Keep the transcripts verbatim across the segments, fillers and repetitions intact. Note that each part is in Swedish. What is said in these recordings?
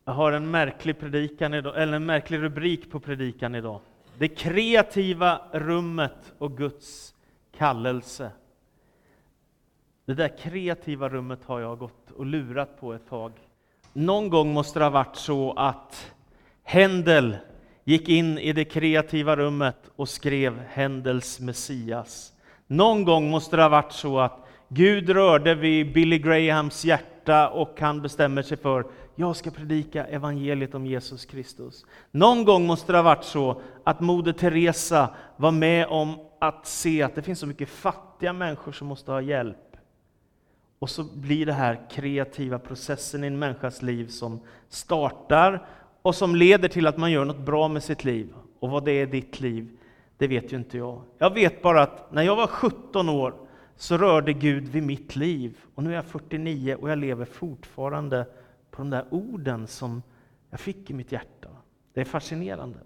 Jag har en märklig predikan idag, eller en märklig rubrik på predikan idag. Det kreativa rummet och Guds kallelse. Det där kreativa rummet har jag gått och lurat på ett tag. Någon gång måste det ha varit så att Händel gick in i det kreativa rummet och skrev Händels Messias. Någon gång måste det ha varit så att Gud rörde vid Billy Grahams hjärta och han bestämmer sig för jag ska predika evangeliet om Jesus Kristus. Någon gång måste det ha varit så att Moder Teresa var med om att se att det finns så mycket fattiga människor som måste ha hjälp. Och så blir det här kreativa processen i en människas liv som startar och som leder till att man gör något bra med sitt liv. Och vad det är ditt liv, det vet ju inte jag. Jag vet bara att när jag var sjutton år så rörde Gud vid mitt liv. Och nu är jag fyrtionio och jag lever fortfarande på de där orden som jag fick i mitt hjärta. Det är fascinerande.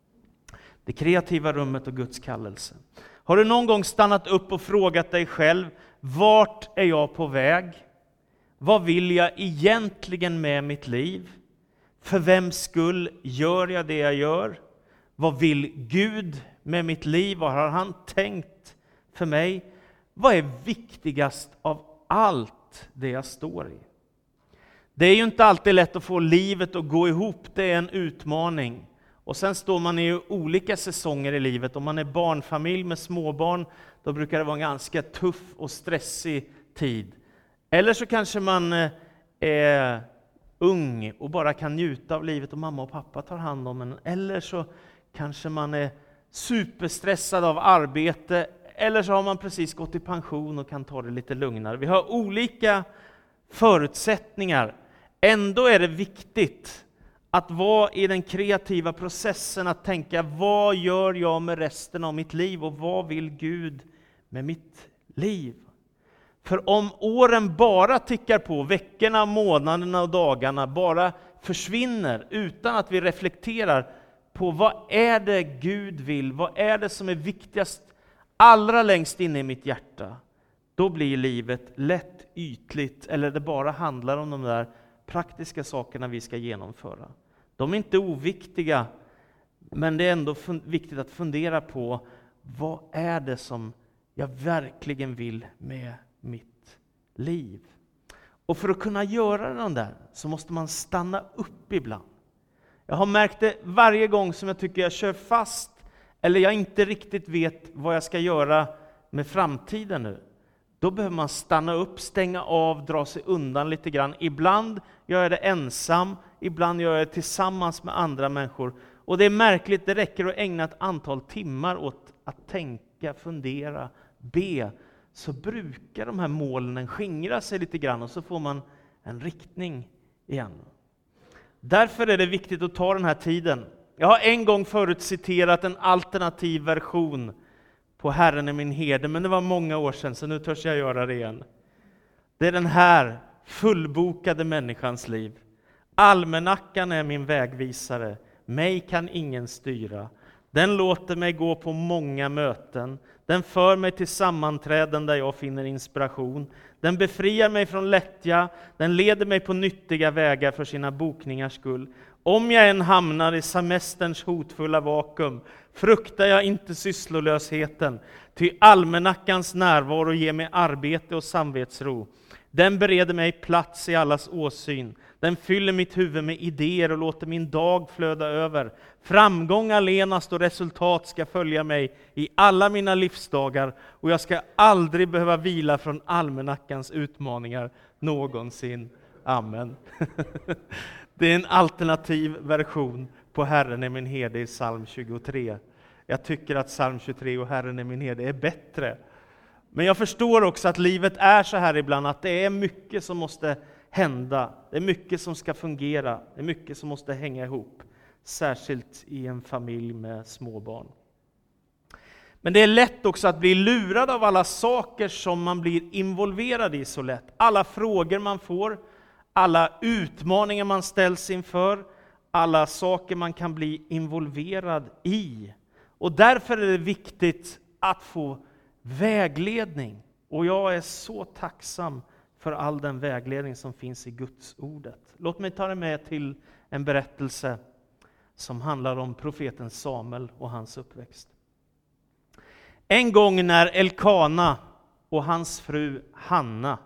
Det kreativa rummet och Guds kallelse. Har du någon gång stannat upp och frågat dig själv, vart är jag på väg? Vad vill jag egentligen med mitt liv? För vems skull gör jag det jag gör? Vad vill Gud med mitt liv? Vad har han tänkt för mig? Vad är viktigast av allt det jag står i? Det är ju inte alltid lätt att få livet att gå ihop. Det är en utmaning. Och sen står man i olika säsonger i livet. Om man är barnfamilj med småbarn, då brukar det vara en ganska tuff och stressig tid. Eller så kanske man är ung och bara kan njuta av livet och mamma och pappa tar hand om en. Eller så kanske man är superstressad av arbete. Eller så har man precis gått i pension och kan ta det lite lugnare. Vi har olika förutsättningar. Ändå är det viktigt att vara i den kreativa processen, att tänka vad gör jag med resten av mitt liv och vad vill Gud med mitt liv? För om åren bara tickar på, veckorna, månaderna och dagarna bara försvinner utan att vi reflekterar på vad är det Gud vill, vad är det som är viktigast allra längst inne i mitt hjärta, då blir livet lätt ytligt, eller det bara handlar om de där praktiska sakerna vi ska genomföra. De är inte oviktiga, men det är ändå viktigt att fundera på vad är det som jag verkligen vill med mitt liv. Och för att kunna göra den där så måste man stanna upp ibland. Jag har märkt det varje gång som jag tycker jag kör fast eller jag inte riktigt vet vad jag ska göra med framtiden nu. Då behöver man stanna upp, stänga av, dra sig undan lite grann. Ibland gör jag det ensam, ibland gör jag det tillsammans med andra människor. Och det är märkligt, det räcker att ägna ett antal timmar åt att tänka, fundera, be. Så brukar de här molnen skingra sig lite grann och så får man en riktning igen. Därför är det viktigt att ta den här tiden. Jag har en gång förut citerat en alternativ version på Herren är min herde, men det var många år sedan så nu törs jag göra det igen. Det är den här fullbokade människans liv. Almanackan är min vägvisare, mig kan ingen styra. Den låter mig gå på många möten. Den för mig till sammanträden där jag finner inspiration. Den befriar mig från lättja. Den leder mig på nyttiga vägar för sina bokningars skull. Om jag än hamnar i semesterns hotfulla vakuum fruktar jag inte sysslolösheten. Ty almanackans närvaro ger mig arbete och samvetsro. Den bereder mig plats i allas åsyn. Den fyller mitt huvud med idéer och låter min dag flöda över. Framgång allenast och resultat ska följa mig i alla mina livsdagar. Och jag ska aldrig behöva vila från almanackans utmaningar någonsin. Amen. Det är en alternativ version på Herren är min herde i psalm tjugotre. Jag tycker att psalm tjugotre och Herren är min herde är bättre. Men jag förstår också att livet är så här ibland, att det är mycket som måste hända. Det är mycket som ska fungera. Det är mycket som måste hänga ihop. Särskilt i en familj med småbarn. Men det är lätt också att bli lurad av alla saker som man blir involverad i så lätt. Alla frågor man får, alla utmaningar man ställs inför, alla saker man kan bli involverad i. Och därför är det viktigt att få vägledning. Och jag är så tacksam för all den vägledning som finns i Guds ordet. Låt mig ta det med till en berättelse som handlar om profeten Samuel och hans uppväxt. En gång när Elkana och hans fru Hanna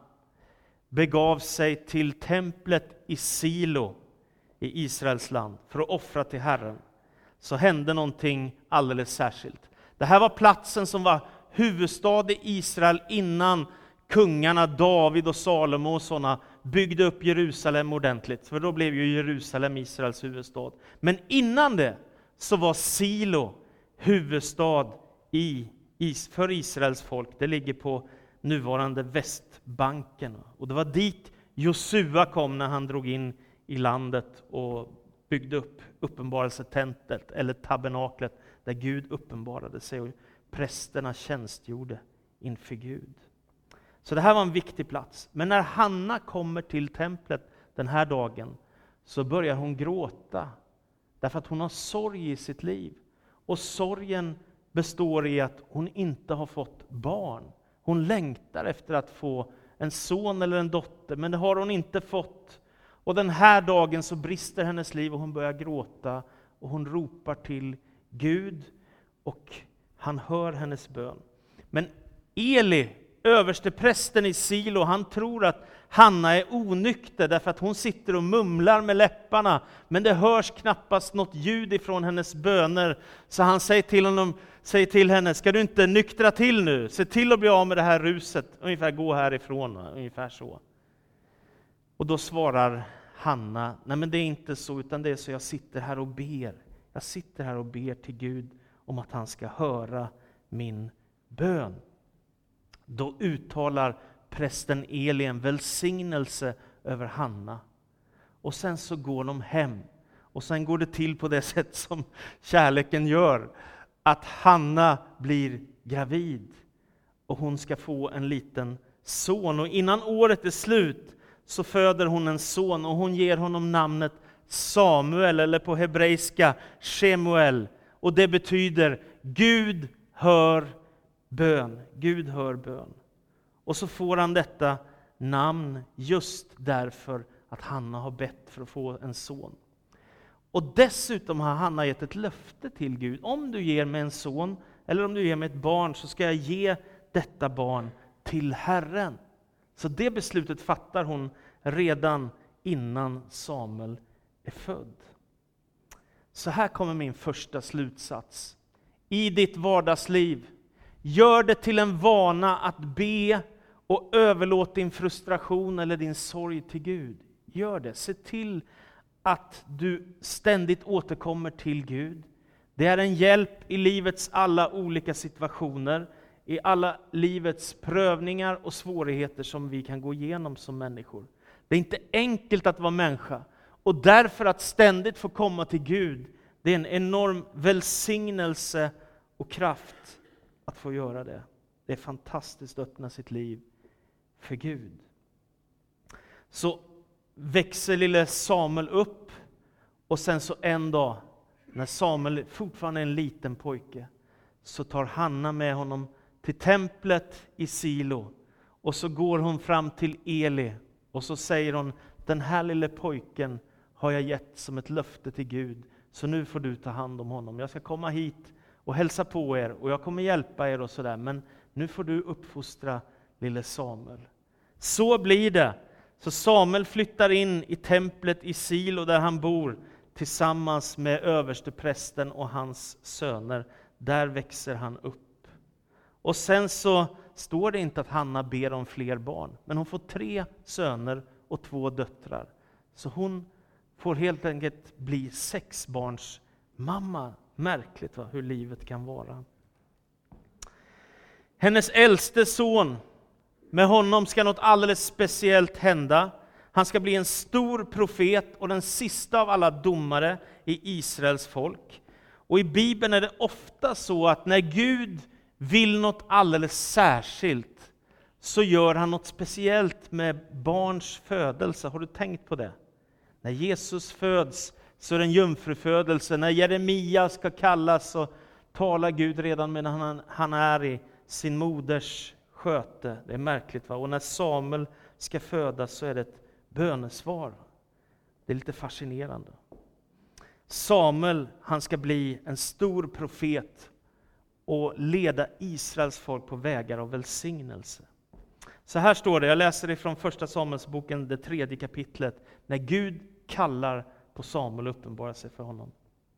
begav sig till templet i Silo i Israels land för att offra till Herren, så hände någonting alldeles särskilt. Det här var platsen som var huvudstad i Israel innan kungarna David och Salomo och sådana byggde upp Jerusalem ordentligt. För då blev ju Jerusalem Israels huvudstad. Men innan det så var Silo huvudstad i, för Israels folk. Det ligger på nuvarande Västbanken. Och det var dit Josua kom när han drog in i landet och byggde upp uppenbarelsetemplet eller tabernaklet där Gud uppenbarade sig och prästerna tjänstgjorde inför Gud. Så det här var en viktig plats. Men när Hanna kommer till templet den här dagen så börjar hon gråta därför att hon har sorg i sitt liv. Och sorgen består i att hon inte har fått barn. Hon längtar efter att få en son eller en dotter, men det har hon inte fått. Och den här dagen så brister hennes liv och hon börjar gråta och hon ropar till Gud och han hör hennes bön. Men Eli, översteprästen i Silo, han tror att Hanna är onykter därför att hon sitter och mumlar med läpparna, men det hörs knappast något ljud ifrån hennes böner. Så han säger till honom, säger till henne, ska du inte nyktra till nu? Se till att bli av med det här ruset, ungefär gå härifrån, ungefär så. Och då svarar Hanna, nej men det är inte så, utan det är så jag sitter här och ber. Jag sitter här och ber till Gud om att han ska höra min bön. Då uttalar prästen Eli en välsignelse över Hanna. Och sen så går de hem. Och sen går det till på det sätt som kärleken gör. Att Hanna blir gravid. Och hon ska få en liten son. Och innan året är slut så föder hon en son. Och hon ger honom namnet Samuel, eller på hebreiska Shemuel. Och det betyder Gud hör bön. Gud hör bön. Och så får han detta namn just därför att Hanna har bett för att få en son. Och dessutom har Hanna gett ett löfte till Gud. Om du ger mig en son eller om du ger mig ett barn så ska jag ge detta barn till Herren. Så det beslutet fattar hon redan innan Samuel är född. Så här kommer min första slutsats. I ditt vardagsliv, gör det till en vana att be och överlåt din frustration eller din sorg till Gud. Gör det. Se till att du ständigt återkommer till Gud. Det är en hjälp i livets alla olika situationer, i alla livets prövningar och svårigheter som vi kan gå igenom som människor. Det är inte enkelt att vara människa, och därför att ständigt få komma till Gud, det är en enorm välsignelse och kraft att få göra det. Det är fantastiskt att öppna sitt liv för Gud. Så växer lille Samuel upp, och sen så en dag när Samuel fortfarande är en liten pojke så tar Hanna med honom till templet i Silo, och så går hon fram till Eli och så säger hon, den här lille pojken har jag gett som ett löfte till Gud, så nu får du ta hand om honom. Jag ska komma hit och hälsa på er och jag kommer hjälpa er och sådär, men nu får du uppfostra lille Samuel. Så blir det. Så Samuel flyttar in i templet i Silo där han bor tillsammans med översteprästen och hans söner. Där växer han upp. Och sen så står det inte att Hanna ber om fler barn, men hon får tre söner och två döttrar. Så hon får helt enkelt bli sex barns mamma. Märkligt, va? Hur livet kan vara. Hennes äldste son, med honom ska något alldeles speciellt hända. Han ska bli en stor profet och den sista av alla domare i Israels folk. Och i Bibeln är det ofta så att när Gud vill något alldeles särskilt så gör han något speciellt med barns födelse. Har du tänkt på det? När Jesus föds så är det en jungfrufödelse. När Jeremia ska kallas så talar Gud redan medan han är i sin moders sköte. Det är märkligt, va? Och när Samuel ska födas så är det ett bönesvar. Det är lite fascinerande. Samuel, han ska bli en stor profet och leda Israels folk på vägar av välsignelse. Så här står det, jag läser ifrån första Samuelsboken, det tredje kapitlet, när Gud kallar på Samuel och uppenbarar sig för honom.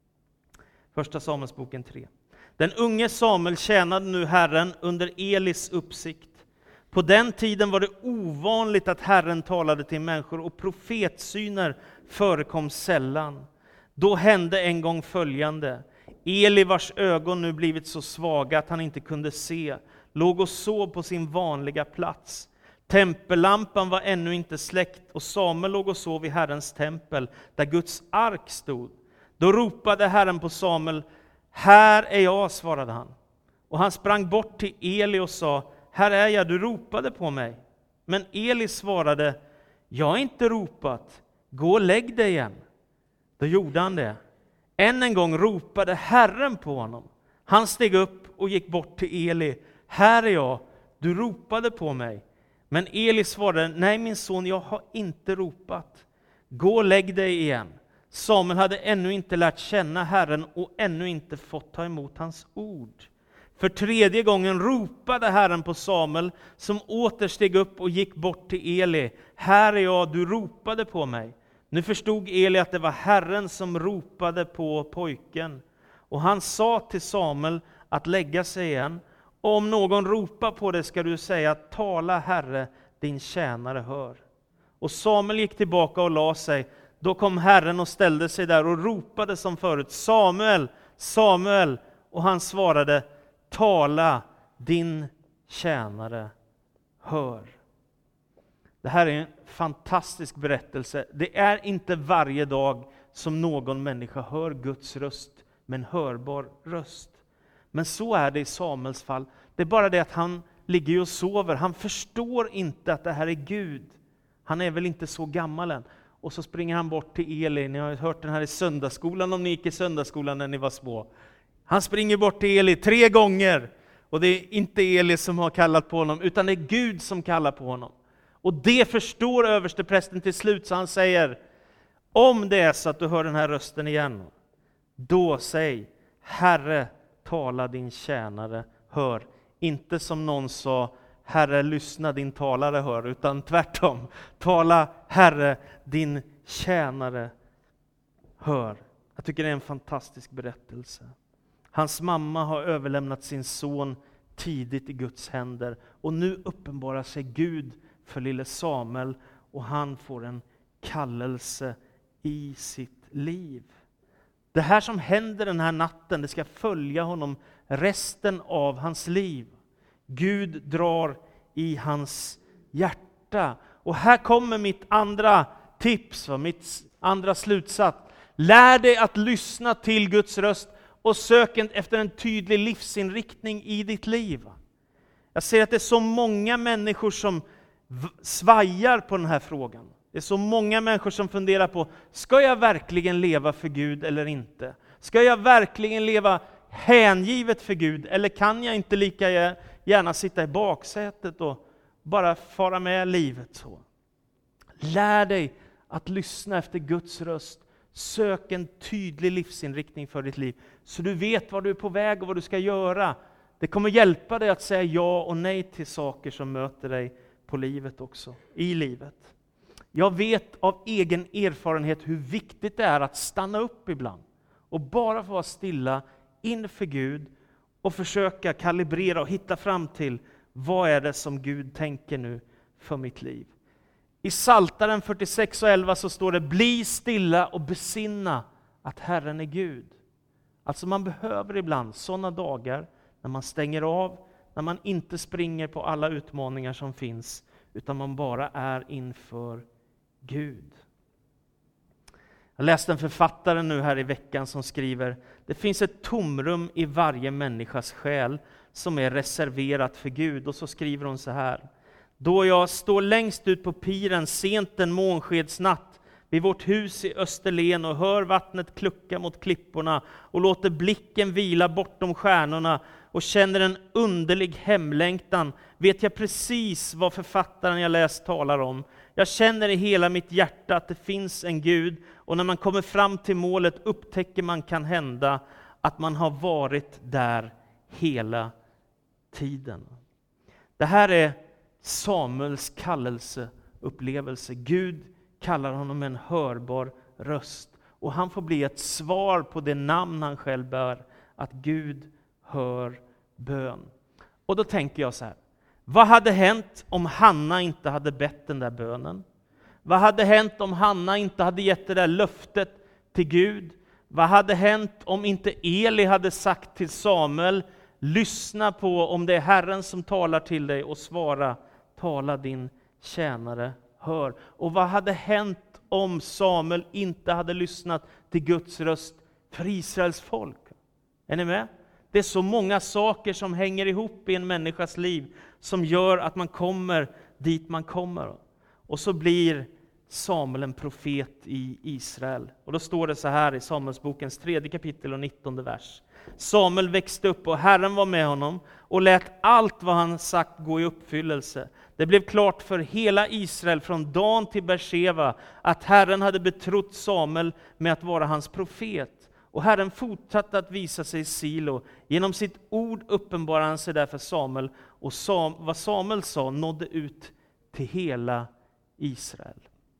Första Samuelsboken tre. Den unge Samuel tjänade nu Herren under Elis uppsikt. På den tiden var det ovanligt att Herren talade till människor och profetsyner förekom sällan. Då hände en gång följande. Eli, vars ögon nu blivit så svaga att han inte kunde se, låg och sov på sin vanliga plats. Tempellampan var ännu inte släckt och Samuel låg och sov i Herrens tempel där Guds ark stod. Då ropade Herren på Samuel, här är jag, svarade han. Och han sprang bort till Eli och sa, här är jag, du ropade på mig. Men Eli svarade, jag har inte ropat, gå och lägg dig igen. Då gjorde han det. Än en gång ropade Herren på honom. Han steg upp och gick bort till Eli, här är jag, du ropade på mig. Men Eli svarade, nej min son, jag har inte ropat. Gå och lägg dig igen. Samuel hade ännu inte lärt känna Herren och ännu inte fått ta emot hans ord. För tredje gången ropade Herren på Samuel, som åter steg upp och gick bort till Eli. Här är jag, du ropade på mig. Nu förstod Eli att det var Herren som ropade på pojken. Och han sa till Samuel att lägga sig igen. Och om någon ropar på det ska du säga, tala Herre, din tjänare hör. Och Samuel gick tillbaka och la sig. Då kom Herren och ställde sig där och ropade som förut, Samuel, Samuel. Och han svarade, tala, din tjänare hör. Det här är en fantastisk berättelse. Det är inte varje dag som någon människa hör Guds röst med en hörbar röst. Men så är det i Samuels fall. Det är bara det att han ligger och sover. Han förstår inte att det här är Gud. Han är väl inte så gammal än. Och så springer han bort till Eli. Ni har hört den här i söndagsskolan, om ni gick i söndagsskolan när ni var små. Han springer bort till Eli tre gånger. Och det är inte Eli som har kallat på honom, utan det är Gud som kallar på honom. Och det förstår översteprästen till slut, så han säger, om det är så att du hör den här rösten igen, då säg, Herre, tala, din tjänare hör. Inte som någon sa, Herre, lyssna, din talare hör, utan tvärtom. Tala, Herre, din tjänare hör. Jag tycker det är en fantastisk berättelse. Hans mamma har överlämnat sin son tidigt i Guds händer. Och nu uppenbarar sig Gud för lille Samuel. Och han får en kallelse i sitt liv. Det här som händer den här natten, det ska följa honom resten av hans liv. Gud drar i hans hjärta. Och här kommer mitt andra tips, mitt andra slutsats. Lär dig att lyssna till Guds röst och sök efter en tydlig livsinriktning i ditt liv. Jag ser att det är så många människor som svajar på den här frågan. Det är så många människor som funderar på, ska jag verkligen leva för Gud eller inte? Ska jag verkligen leva hängivet för Gud, eller kan jag inte lika gärna sitta i baksätet och bara fara med livet så? Lär dig att lyssna efter Guds röst. Sök en tydlig livsinriktning för ditt liv, så du vet var du är på väg och vad du ska göra. Det kommer hjälpa dig att säga ja och nej till saker som möter dig på livet också, i livet. Jag vet av egen erfarenhet hur viktigt det är att stanna upp ibland och bara få vara stilla inför Gud och försöka kalibrera och hitta fram till, vad är det som Gud tänker nu för mitt liv. I Psaltaren fyrtiosex och elva så står det, bli stilla och besinna att Herren är Gud. Alltså man behöver ibland sådana dagar när man stänger av, när man inte springer på alla utmaningar som finns, utan man bara är inför Gud. Jag läste en författare nu här i veckan som skriver, det finns ett tomrum i varje människas själ som är reserverat för Gud. Och så skriver hon så här, då jag står längst ut på piren sent en månskedsnatt vid vårt hus i Österlen och hör vattnet klucka mot klipporna och låter blicken vila bortom stjärnorna och känner en underlig hemlängtan, vet jag precis vad författaren jag läst talar om. Jag känner i hela mitt hjärta att det finns en Gud. Och när man kommer fram till målet upptäcker man kan hända att man har varit där hela tiden. Det här är Samuels kallelseupplevelse. Gud kallar honom med en hörbar röst. Och han får bli ett svar på det namn han själv bär. Att Gud hör bön. Och då tänker jag så här. Vad hade hänt om Hanna inte hade bett den där bönen? Vad hade hänt om Hanna inte hade gett det där löftet till Gud? Vad hade hänt om inte Eli hade sagt till Samuel, lyssna på om det är Herren som talar till dig och svara, tala din tjänare, hör. Och vad hade hänt om Samuel inte hade lyssnat till Guds röst för Israels folk? Är ni med? Det är så många saker som hänger ihop i en människas liv som gör att man kommer dit man kommer. Och så blir Samuel en profet i Israel. Och då står det så här i Samuelsbokens tredje kapitel och nittonde vers. Samuel växte upp och Herren var med honom och lät allt vad han sagt gå i uppfyllelse. Det blev klart för hela Israel från Dan till Beersheba att Herren hade betrott Samuel med att vara hans profet. Och Herren fortsatte att visa sig i Silo. Genom sitt ord uppenbarade han sig där för Samuel. Och Sam, vad Samuel sa nådde ut till hela Israel.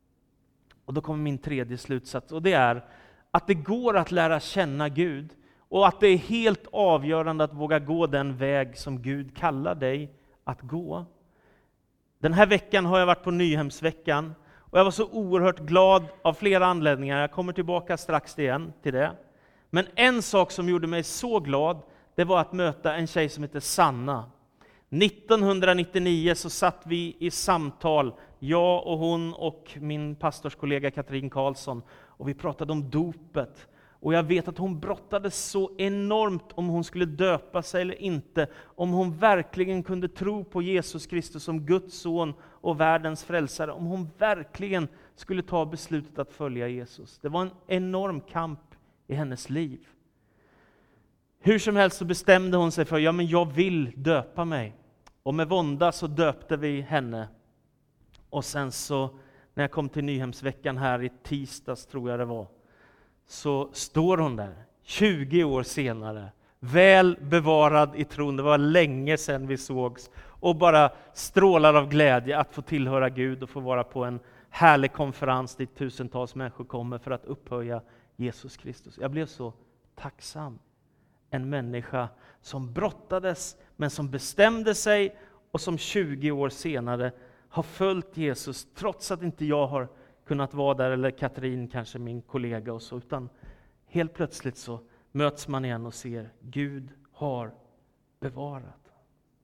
Och då kommer min tredje slutsats. Och det är att det går att lära känna Gud. Och att det är helt avgörande att våga gå den väg som Gud kallar dig att gå. Den här veckan har jag varit på Nyhemsveckan. Och jag var så oerhört glad av flera anledningar. Jag kommer tillbaka strax igen till det. Men en sak som gjorde mig så glad, det var att möta en tjej som heter Sanna. nittonhundranittionio så satt vi i samtal, jag och hon och min pastorskollega Katrin Karlsson. Och vi pratade om dopet. Och jag vet att hon brottades så enormt om hon skulle döpa sig eller inte. Om hon verkligen kunde tro på Jesus Kristus som Guds son och världens frälsare. Om hon verkligen skulle ta beslutet att följa Jesus. Det var en enorm kamp i hennes liv. Hur som helst så bestämde hon sig för, ja men jag vill döpa mig. Och med vånda så döpte vi henne. Och sen så när jag kom till Nyhemsveckan här i tisdags tror jag det var. Så står hon där, tjugo år senare, väl bevarad i tron. Det var länge sedan vi sågs. Och bara strålar av glädje att få tillhöra Gud och få vara på en härlig konferens dit tusentals människor kommer för att upphöja Jesus Kristus. Jag blev så tacksam. En människa som brottades men som bestämde sig och som tjugo år senare har följt Jesus trots att inte jag har kunnat vara där, eller Katrin kanske min kollega och så, utan helt plötsligt så möts man igen och ser Gud har bevarat.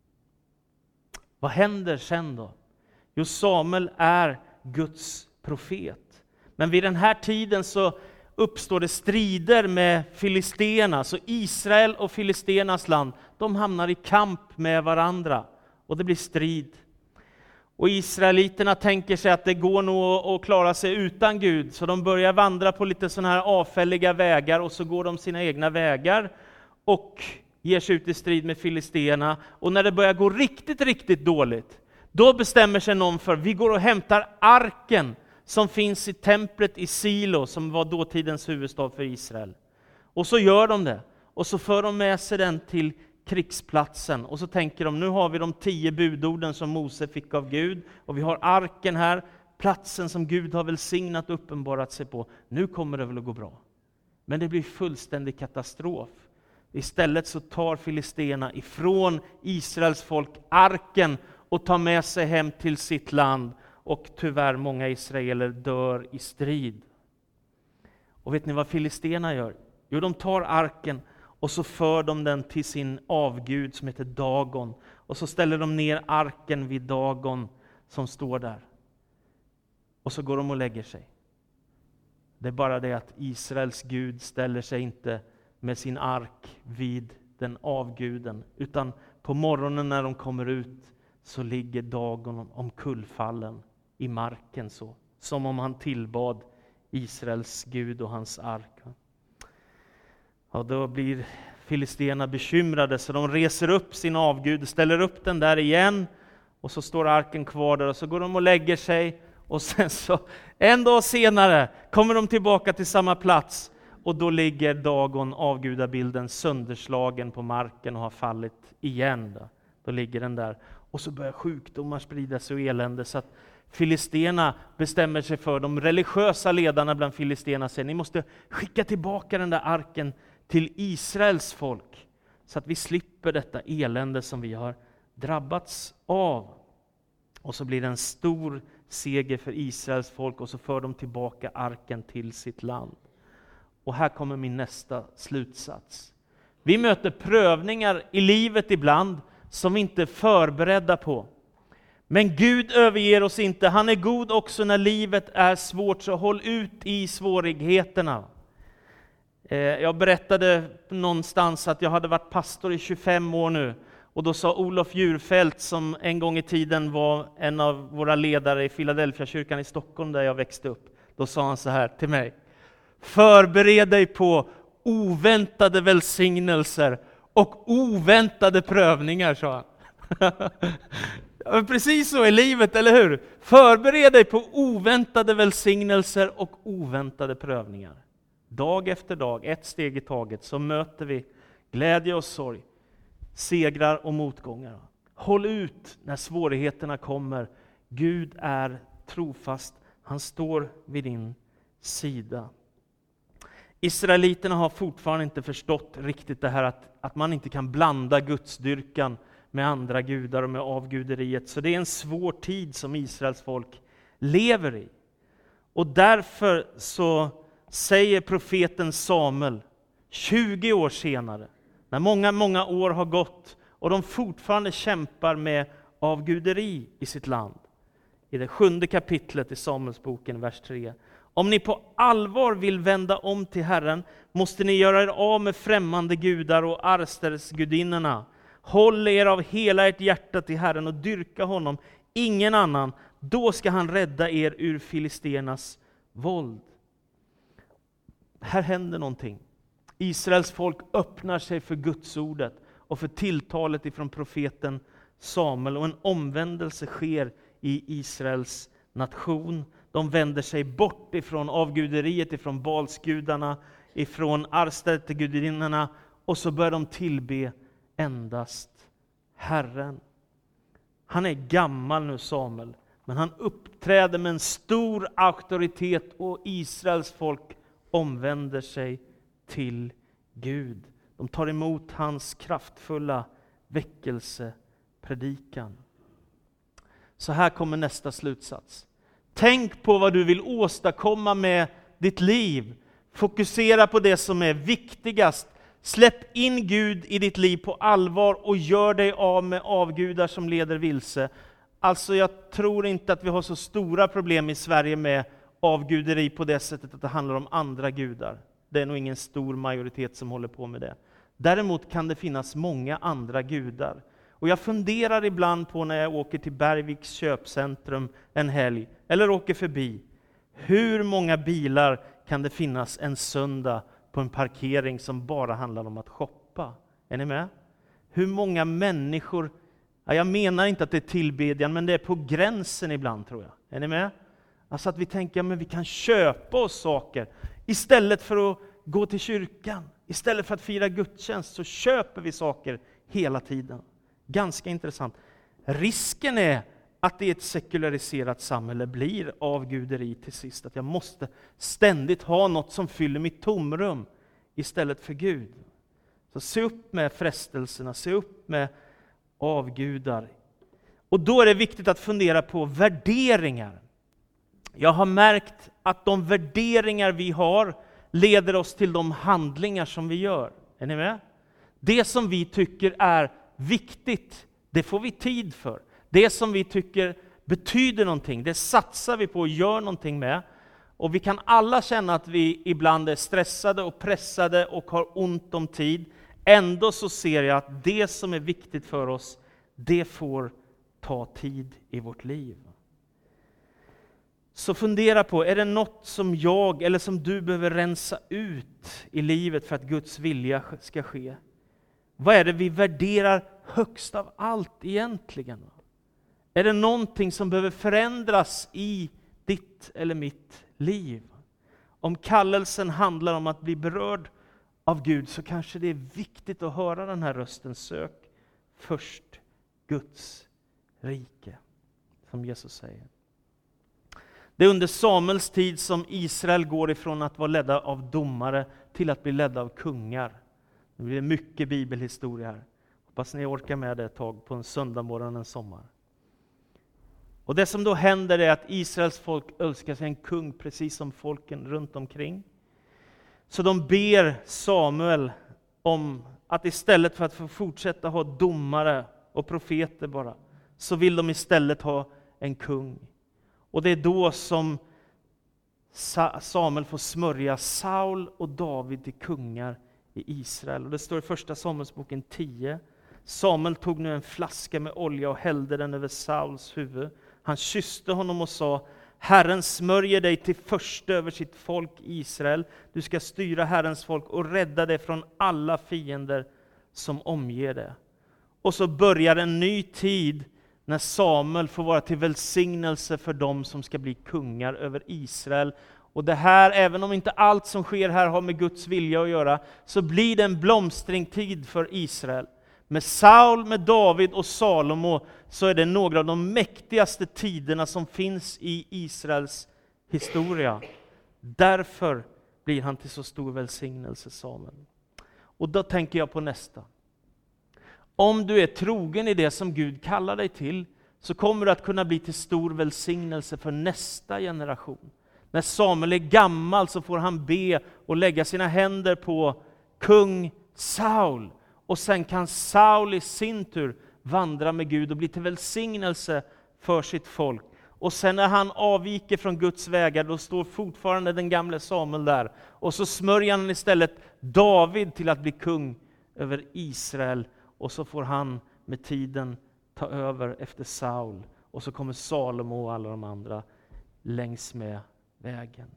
Vad händer sen då? Jo, Samuel är Guds profet. Men vid den här tiden så uppstår det strider med filisterna. Så Israel och filisternas land, de hamnar i kamp med varandra. Och det blir strid. Och israeliterna tänker sig att det går nog att klara sig utan Gud. Så de börjar vandra på lite sådana här avfälliga vägar. Och så går de sina egna vägar. Och ger sig ut i strid med filisterna. Och när det börjar gå riktigt, riktigt dåligt. Då bestämmer sig någon för, vi går och hämtar arken som finns i templet i Silo, som var dåtidens huvudstad för Israel. Och så gör de det. Och så för de med sig den till krigsplatsen. Och så tänker de, nu har vi de tio budorden som Mose fick av Gud. Och vi har arken här, platsen som Gud har välsignat och uppenbarat sig på. Nu kommer det väl att gå bra. Men det blir fullständig katastrof. Istället så tar filisterna ifrån Israels folk arken och tar med sig hem till sitt land. Och tyvärr många israeler dör i strid. Och vet ni vad filisterna gör? Jo, de tar arken och så för de den till sin avgud som heter Dagon. Och så ställer de ner arken vid Dagon som står där. Och så går de och lägger sig. Det är bara det att Israels Gud ställer sig inte med sin ark vid den avguden. Utan på morgonen när de kommer ut så ligger Dagon omkullfallen i marken så. Som om han tillbad Israels Gud och hans ark. Ja, då blir filisterna bekymrade så de reser upp sin avgud och ställer upp den där igen. Och så står arken kvar där och så går de och lägger sig. Och sen så, en dag senare, kommer de tillbaka till samma plats. Och då ligger Dagon, avgudabilden, sönderslagen på marken och har fallit igen. Då, då ligger den där. Och så börjar sjukdomar sprida sig och elände, så att filisterna bestämmer sig för, de religiösa ledarna bland filisterna säger, ni måste skicka tillbaka den där arken till Israels folk, så att vi slipper detta elände som vi har drabbats av. Och så blir det en stor seger för Israels folk, och så för de tillbaka arken till sitt land. Och här kommer min nästa slutsats. Vi möter prövningar i livet ibland som vi inte är förberedda på. Men Gud överger oss inte. Han är god också när livet är svårt, så håll ut i svårigheterna. Jag berättade någonstans att jag hade varit pastor i tjugofem år nu. Och då sa Olof Djurfält, som en gång i tiden var en av våra ledare i Philadelphia-kyrkan i Stockholm där jag växte upp. Då sa han så här till mig: förbered dig på oväntade välsignelser och oväntade prövningar, sa han. Ja, precis så är livet, eller hur? Förbered dig på oväntade välsignelser och oväntade prövningar. Dag efter dag, ett steg i taget, så möter vi glädje och sorg, segrar och motgångar. Håll ut när svårigheterna kommer. Gud är trofast. Han står vid din sida. Israeliterna har fortfarande inte förstått riktigt det här att, att man inte kan blanda gudsdyrkan med andra gudar och med avguderiet. Så det är en svår tid som Israels folk lever i. Och därför så säger profeten Samuel tjugo år senare, när många, många år har gått och de fortfarande kämpar med avguderi i sitt land. I det sjunde kapitlet i Samuelsboken, vers tre. Om ni på allvar vill vända om till Herren måste ni göra er av med främmande gudar och arstersgudinnorna. Håll er av hela ert hjärta till Herren och dyrka honom, ingen annan. Då ska han rädda er ur filisternas våld. Här händer någonting. Israels folk öppnar sig för Guds ordet och för tilltalet ifrån profeten Samuel, och en omvändelse sker i Israels nation. De vänder sig bort ifrån avguderiet, ifrån balsgudarna, ifrån arstergudinnorna, och så börjar de tillbe endast Herren. Han är gammal nu, Samuel, men han uppträder med en stor auktoritet, och Israels folk omvänder sig till Gud. De tar emot hans kraftfulla väckelsepredikan. Så här kommer nästa slutsats. Tänk på vad du vill åstadkomma med ditt liv. Fokusera på det som är viktigast. Släpp in Gud i ditt liv på allvar och gör dig av med avgudar som leder vilse. Alltså jag tror inte att vi har så stora problem i Sverige med avguderi på det sättet att det handlar om andra gudar. Det är nog ingen stor majoritet som håller på med det. Däremot kan det finnas många andra gudar. Och jag funderar ibland på när jag åker till Bergviks köpcentrum en helg, eller åker förbi. Hur många bilar kan det finnas en söndag på en parkering som bara handlar om att shoppa? Är ni med? Hur många människor, ja, jag menar inte att det är tillbedjan, men det är på gränsen ibland, tror jag. Är ni med? Alltså att vi tänker, men vi kan köpa oss saker. Istället för att gå till kyrkan, istället för att fira gudstjänst, så köper vi saker hela tiden. Ganska intressant. Risken är att det i ett sekulariserat samhälle blir avguderi till sist. Att jag måste ständigt ha något som fyller mitt tomrum istället för Gud. Så se upp med frestelserna, se upp med avgudar. Och då är det viktigt att fundera på värderingar. Jag har märkt att de värderingar vi har leder oss till de handlingar som vi gör. Är ni med? Det som vi tycker är viktigt, det får vi tid för. Det som vi tycker betyder någonting, det satsar vi på och gör någonting med. Och vi kan alla känna att vi ibland är stressade och pressade och har ont om tid. Ändå så ser jag att det som är viktigt för oss, det får ta tid i vårt liv. Så fundera på, är det något som jag eller som du behöver rensa ut i livet för att Guds vilja ska ske? Vad är det vi värderar högst av allt egentligen? Är det någonting som behöver förändras i ditt eller mitt liv. Om kallelsen handlar om att bli berörd av Gud, så kanske det är viktigt att höra den här rösten. Sök först Guds rike, som Jesus säger. Det är under Samuels tid som Israel går ifrån att vara ledda av domare till att bli ledda av kungar. Det blir mycket bibelhistoria här. Hoppas ni orkar med det ett tag på en söndag morgon en sommar. Och det som då händer är att Israels folk önskar sig en kung precis som folken runt omkring. Så de ber Samuel om att istället för att få fortsätta ha domare och profeter bara, så vill de istället ha en kung. Och det är då som Samuel får smörja Saul och David till kungar i Israel. Och det står i första Samuelsboken tio. Samuel tog nu en flaska med olja och hällde den över Sauls huvud. Han kysste honom och sa: Herren smörjer dig till första över sitt folk Israel. Du ska styra Herrens folk och rädda det från alla fiender som omger det. Och så börjar en ny tid när Samuel får vara till välsignelse för dem som ska bli kungar över Israel. Och det här, även om inte allt som sker här har med Guds vilja att göra, så blir det en blomstringstid för Israel. Med Saul, med David och Salomo så är det några av de mäktigaste tiderna som finns i Israels historia. Därför blir han till så stor välsignelse, Samuel. Och då tänker jag på nästa. Om du är trogen i det som Gud kallar dig till, så kommer du att kunna bli till stor välsignelse för nästa generation. När Samuel är gammal så får han be och lägga sina händer på kung Saul. Och sen kan Saul i sin tur vandra med Gud och bli till välsignelse för sitt folk. Och sen när han avviker från Guds vägar, då står fortfarande den gamle Samuel där. Och så smörjer han istället David till att bli kung över Israel. Och så får han med tiden ta över efter Saul. Och så kommer Salomo och alla de andra längs med vägen.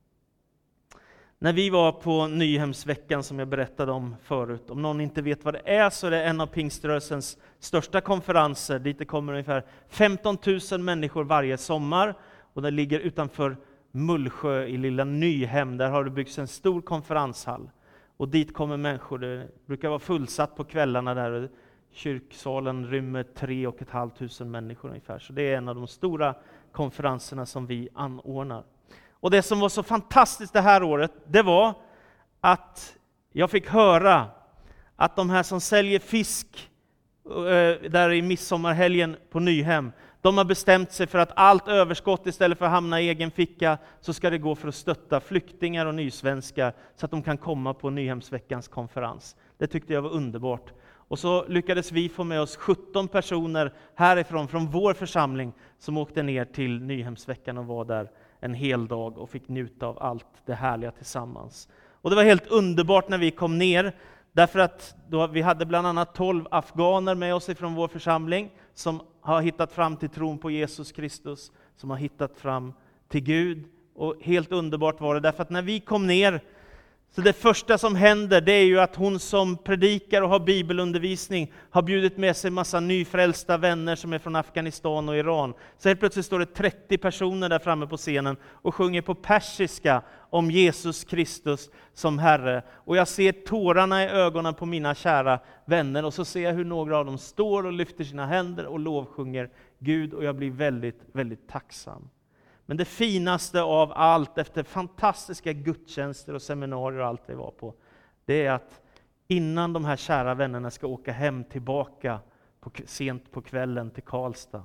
När vi var på Nyhemsveckan som jag berättade om förut, om någon inte vet vad det är, så är det en av pingströrelsens största konferenser. Dit det kommer ungefär femton tusen människor varje sommar. Och det ligger utanför Mullsjö i lilla Nyhem. Där har det byggts en stor konferenshall. Och dit kommer människor. Det brukar vara fullsatt på kvällarna där. Kyrksalen rymmer tre och ett halvt tusen människor ungefär. Så det är en av de stora konferenserna som vi anordnar. Och det som var så fantastiskt det här året, det var att jag fick höra att de här som säljer fisk där i midsommarhelgen på Nyhem, de har bestämt sig för att allt överskott, istället för att hamna i egen ficka, så ska det gå för att stötta flyktingar och nysvenskar så att de kan komma på Nyhemsveckans konferens. Det tyckte jag var underbart. Och så lyckades vi få med oss sjutton personer härifrån, från vår församling, som åkte ner till Nyhemsveckan och var där en hel dag och fick njuta av allt det härliga tillsammans. Och det var helt underbart när vi kom ner, därför att då vi hade bland annat tolv afghaner med oss från vår församling som har hittat fram till tron på Jesus Kristus, som har hittat fram till Gud. Och helt underbart var det, därför att när vi kom ner, så det första som händer, det är ju att hon som predikar och har bibelundervisning har bjudit med sig en massa nyfrälsta vänner som är från Afghanistan och Iran. Så helt plötsligt står det trettio personer där framme på scenen och sjunger på persiska om Jesus Kristus som Herre. Och jag ser tårarna i ögonen på mina kära vänner, och så ser jag hur några av dem står och lyfter sina händer och lovsjunger Gud, och jag blir väldigt, väldigt tacksam. Men det finaste av allt, efter fantastiska gudstjänster och seminarier och allt det var på, det är att innan de här kära vännerna ska åka hem tillbaka på, sent på kvällen till Karlstad,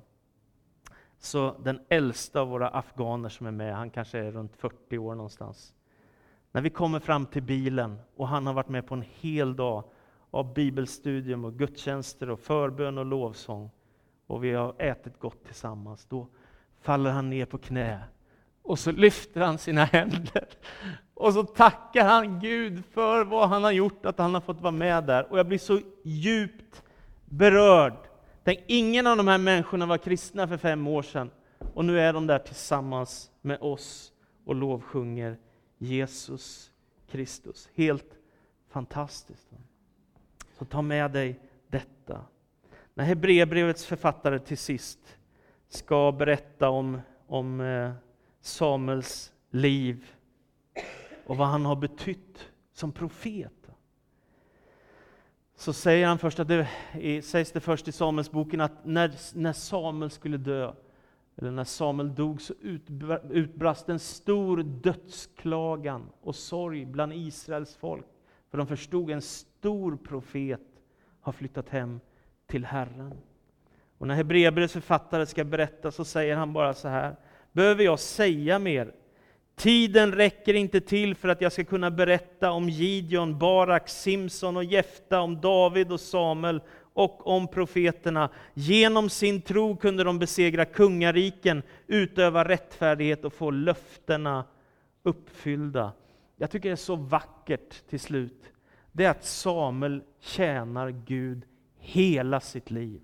så den äldsta av våra afghaner som är med, han kanske är runt fyrtio år någonstans. När vi kommer fram till bilen och han har varit med på en hel dag av bibelstudium och gudstjänster och förbön och lovsång, och vi har ätit gott tillsammans, då faller han ner på knä och så lyfter han sina händer och så tackar han Gud för vad han har gjort, att han har fått vara med där. Och jag blir så djupt berörd. Tänk, ingen av de här människorna var kristna för fem år sedan, och nu är de där tillsammans med oss och lovsjunger Jesus Kristus. Helt fantastiskt. Så ta med dig detta. När Hebreerbrevets författare till sist ska berätta om, om eh, Samuels liv och vad han har betytt som profet. Så säger han först att det sägs det först i Samuelsboken att när, när Samuel skulle dö, eller när Samuel dog, så utbrast en stor dödsklagan och sorg bland Israels folk. För de förstod en stor profet har flyttat hem till Herren. Och när Hebreerbrevets författare ska berätta så säger han bara så här: behöver jag säga mer? Tiden räcker inte till för att jag ska kunna berätta om Gideon, Barak, Simson och Jefta, om David och Samuel och om profeterna. Genom sin tro kunde de besegra kungariken, utöva rättfärdighet och få löftena uppfyllda. Jag tycker det är så vackert till slut. Det är att Samuel tjänar Gud hela sitt liv.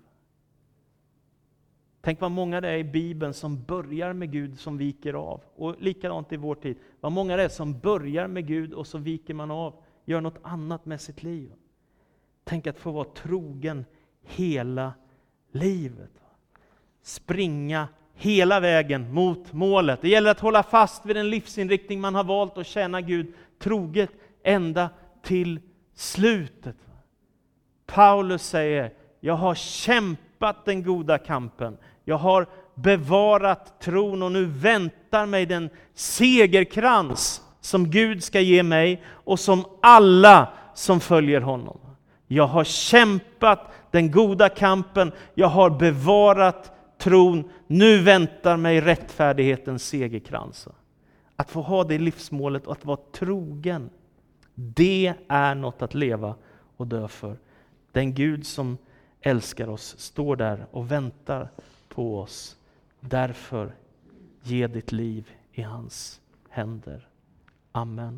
Tänk vad många det är i Bibeln som börjar med Gud som viker av. Och likadant i vår tid. Vad många det är som börjar med Gud och så viker man av. Gör något annat med sitt liv. Tänk att få vara trogen hela livet. Springa hela vägen mot målet. Det gäller att hålla fast vid den livsinriktning man har valt och tjäna Gud troget ända till slutet. Paulus säger: jag har kämpat den goda kampen. Jag har bevarat tron och nu väntar mig den segerkrans som Gud ska ge mig och som alla som följer honom. Jag har kämpat den goda kampen. Jag har bevarat tron. Nu väntar mig rättfärdighetens segerkrans. Att få ha det livsmålet och att vara trogen, det är något att leva och dö för. Den Gud som älskar oss står där och väntar på oss. Därför ge ditt liv i hans händer. Amen.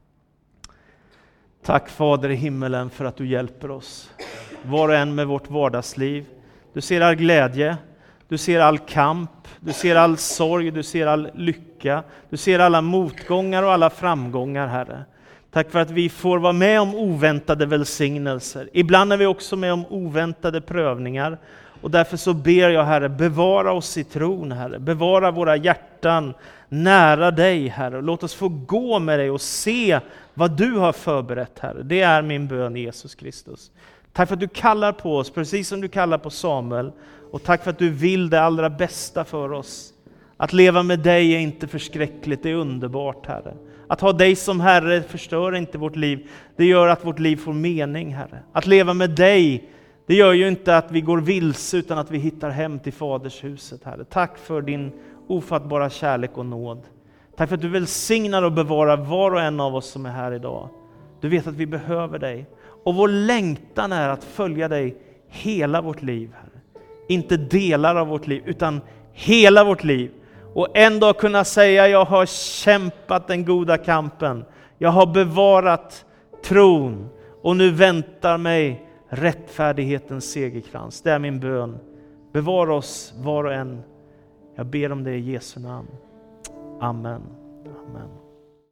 Tack Fader i himmelen för att du hjälper oss. Var och en med vårt vardagsliv. Du ser all glädje. Du ser all kamp. Du ser all sorg. Du ser all lycka. Du ser alla motgångar och alla framgångar, Herre. Tack för att vi får vara med om oväntade välsignelser. Ibland är vi också med om oväntade prövningar. Och därför så ber jag, Herre, bevara oss i tron, Herre. Bevara våra hjärtan nära dig, Herre. Låt oss få gå med dig och se vad du har förberett, Herre. Det är min bön, Jesus Kristus. Tack för att du kallar på oss, precis som du kallar på Samuel. Och tack för att du vill det allra bästa för oss. Att leva med dig är inte förskräckligt, det är underbart, Herre. Att ha dig som Herre förstör inte vårt liv. Det gör att vårt liv får mening, Herre. Att leva med dig, det gör ju inte att vi går vilse utan att vi hittar hem till fadershuset, Herre. Tack för din ofattbara kärlek och nåd. Tack för att du välsignar och bevarar var och en av oss som är här idag. Du vet att vi behöver dig. Och vår längtan är att följa dig hela vårt liv, Herre. Inte delar av vårt liv utan hela vårt liv. Och en dag kunna säga: jag har kämpat den goda kampen. Jag har bevarat tron. Och nu väntar mig rättfärdighetens segerkrans. Det är min bön. Bevara oss var och en. Jag ber om det i Jesu namn. Amen. Amen.